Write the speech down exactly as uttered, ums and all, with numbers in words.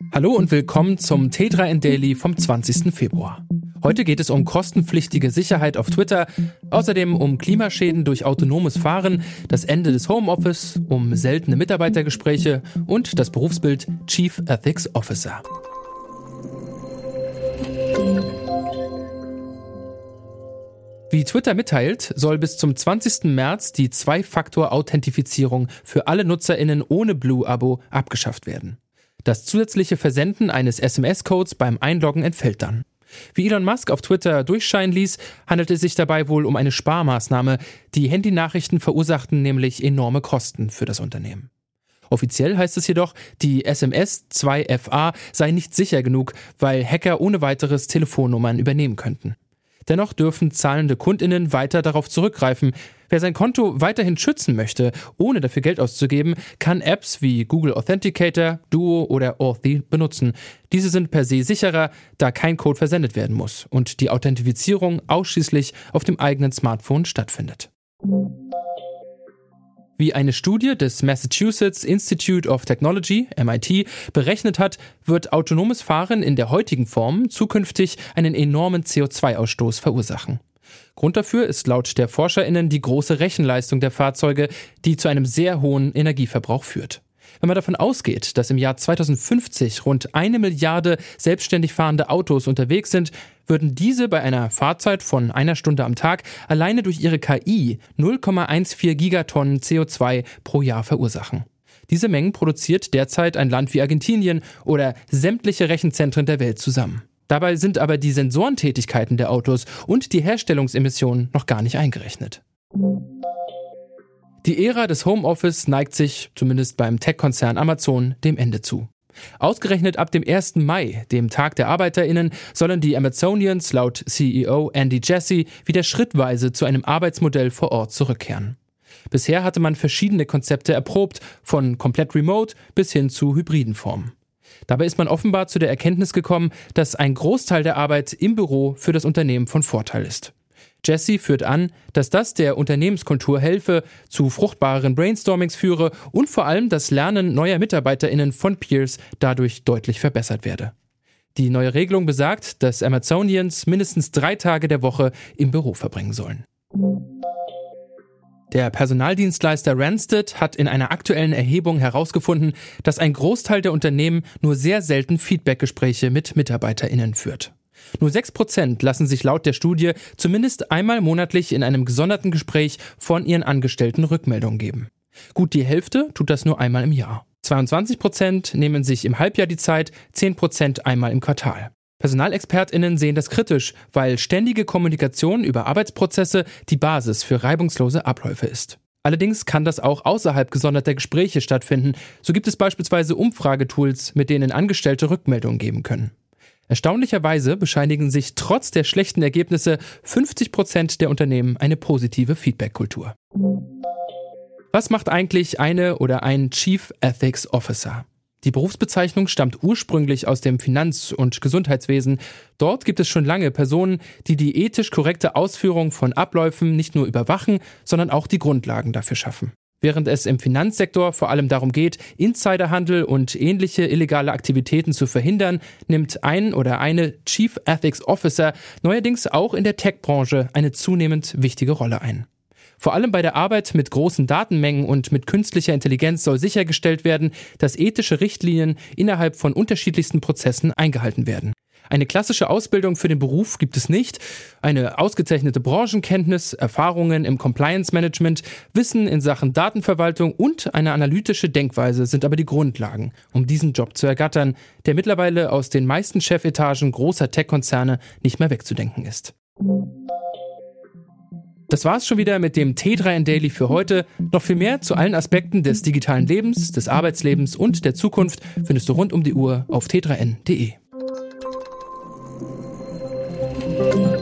Hallo und willkommen zum T drei N Daily vom zwanzigsten Februar. Heute geht es um kostenpflichtige Sicherheit auf Twitter, außerdem um Klimaschäden durch autonomes Fahren, das Ende des Homeoffice, um seltene Mitarbeitergespräche und das Berufsbild Chief Ethics Officer. Wie Twitter mitteilt, soll bis zum zwanzigsten März die Zwei-Faktor-Authentifizierung für alle NutzerInnen ohne Blue-Abo abgeschafft werden. Das zusätzliche Versenden eines S M S-Codes beim Einloggen entfällt dann. Wie Elon Musk auf Twitter durchscheinen ließ, handelt es sich dabei wohl um eine Sparmaßnahme. Die Handynachrichten verursachten nämlich enorme Kosten für das Unternehmen. Offiziell heißt es jedoch, die S M S zwei F A sei nicht sicher genug, weil Hacker ohne weiteres Telefonnummern übernehmen könnten. Dennoch dürfen zahlende KundInnen weiter darauf zurückgreifen. Wer sein Konto weiterhin schützen möchte, ohne dafür Geld auszugeben, kann Apps wie Google Authenticator, Duo oder Authy benutzen. Diese sind per se sicherer, da kein Code versendet werden muss und die Authentifizierung ausschließlich auf dem eigenen Smartphone stattfindet. Wie eine Studie des Massachusetts Institute of Technology, M I T, berechnet hat, wird autonomes Fahren in der heutigen Form zukünftig einen enormen C O zwei Ausstoß verursachen. Grund dafür ist laut der ForscherInnen die große Rechenleistung der Fahrzeuge, die zu einem sehr hohen Energieverbrauch führt. Wenn man davon ausgeht, dass im Jahr zweitausendfünfzig rund eine Milliarde selbstständig fahrende Autos unterwegs sind, würden diese bei einer Fahrzeit von einer Stunde am Tag alleine durch ihre K I null Komma vierzehn Gigatonnen C O zwei pro Jahr verursachen. Diese Mengen produziert derzeit ein Land wie Argentinien oder sämtliche Rechenzentren der Welt zusammen. Dabei sind aber die Sensorentätigkeiten der Autos und die Herstellungsemissionen noch gar nicht eingerechnet. Die Ära des Homeoffice neigt sich, zumindest beim Tech-Konzern Amazon, dem Ende zu. Ausgerechnet ab dem ersten Mai, dem Tag der ArbeiterInnen, sollen die Amazonians laut C E O Andy Jassy wieder schrittweise zu einem Arbeitsmodell vor Ort zurückkehren. Bisher hatte man verschiedene Konzepte erprobt, von komplett remote bis hin zu hybriden Formen. Dabei ist man offenbar zu der Erkenntnis gekommen, dass ein Großteil der Arbeit im Büro für das Unternehmen von Vorteil ist. Jassy führt an, dass das der Unternehmenskultur helfe, zu fruchtbaren Brainstormings führe und vor allem das Lernen neuer MitarbeiterInnen von Peers dadurch deutlich verbessert werde. Die neue Regelung besagt, dass Amazonians mindestens drei Tage der Woche im Büro verbringen sollen. Der Personaldienstleister Randstad hat in einer aktuellen Erhebung herausgefunden, dass ein Großteil der Unternehmen nur sehr selten Feedbackgespräche mit MitarbeiterInnen führt. Nur sechs Prozent lassen sich laut der Studie zumindest einmal monatlich in einem gesonderten Gespräch von ihren Angestellten Rückmeldungen geben. Gut die Hälfte tut das nur einmal im Jahr. zweiundzwanzig Prozent nehmen sich im Halbjahr die Zeit, zehn Prozent einmal im Quartal. PersonalexpertInnen sehen das kritisch, weil ständige Kommunikation über Arbeitsprozesse die Basis für reibungslose Abläufe ist. Allerdings kann das auch außerhalb gesonderter Gespräche stattfinden. So gibt es beispielsweise Umfragetools, mit denen Angestellte Rückmeldungen geben können. Erstaunlicherweise bescheinigen sich trotz der schlechten Ergebnisse fünfzig Prozent der Unternehmen eine positive Feedback-Kultur. Was macht eigentlich eine oder ein Chief Ethics Officer? Die Berufsbezeichnung stammt ursprünglich aus dem Finanz- und Gesundheitswesen. Dort gibt es schon lange Personen, die die ethisch korrekte Ausführung von Abläufen nicht nur überwachen, sondern auch die Grundlagen dafür schaffen. Während es im Finanzsektor vor allem darum geht, Insiderhandel und ähnliche illegale Aktivitäten zu verhindern, nimmt ein oder eine Chief Ethics Officer neuerdings auch in der Tech-Branche eine zunehmend wichtige Rolle ein. Vor allem bei der Arbeit mit großen Datenmengen und mit künstlicher Intelligenz soll sichergestellt werden, dass ethische Richtlinien innerhalb von unterschiedlichsten Prozessen eingehalten werden. Eine klassische Ausbildung für den Beruf gibt es nicht. Eine ausgezeichnete Branchenkenntnis, Erfahrungen im Compliance-Management, Wissen in Sachen Datenverwaltung und eine analytische Denkweise sind aber die Grundlagen, um diesen Job zu ergattern, der mittlerweile aus den meisten Chefetagen großer Tech-Konzerne nicht mehr wegzudenken ist. Das war's schon wieder mit dem T drei N Daily für heute. Noch viel mehr zu allen Aspekten des digitalen Lebens, des Arbeitslebens und der Zukunft findest du rund um die Uhr auf t drei n punkt d e.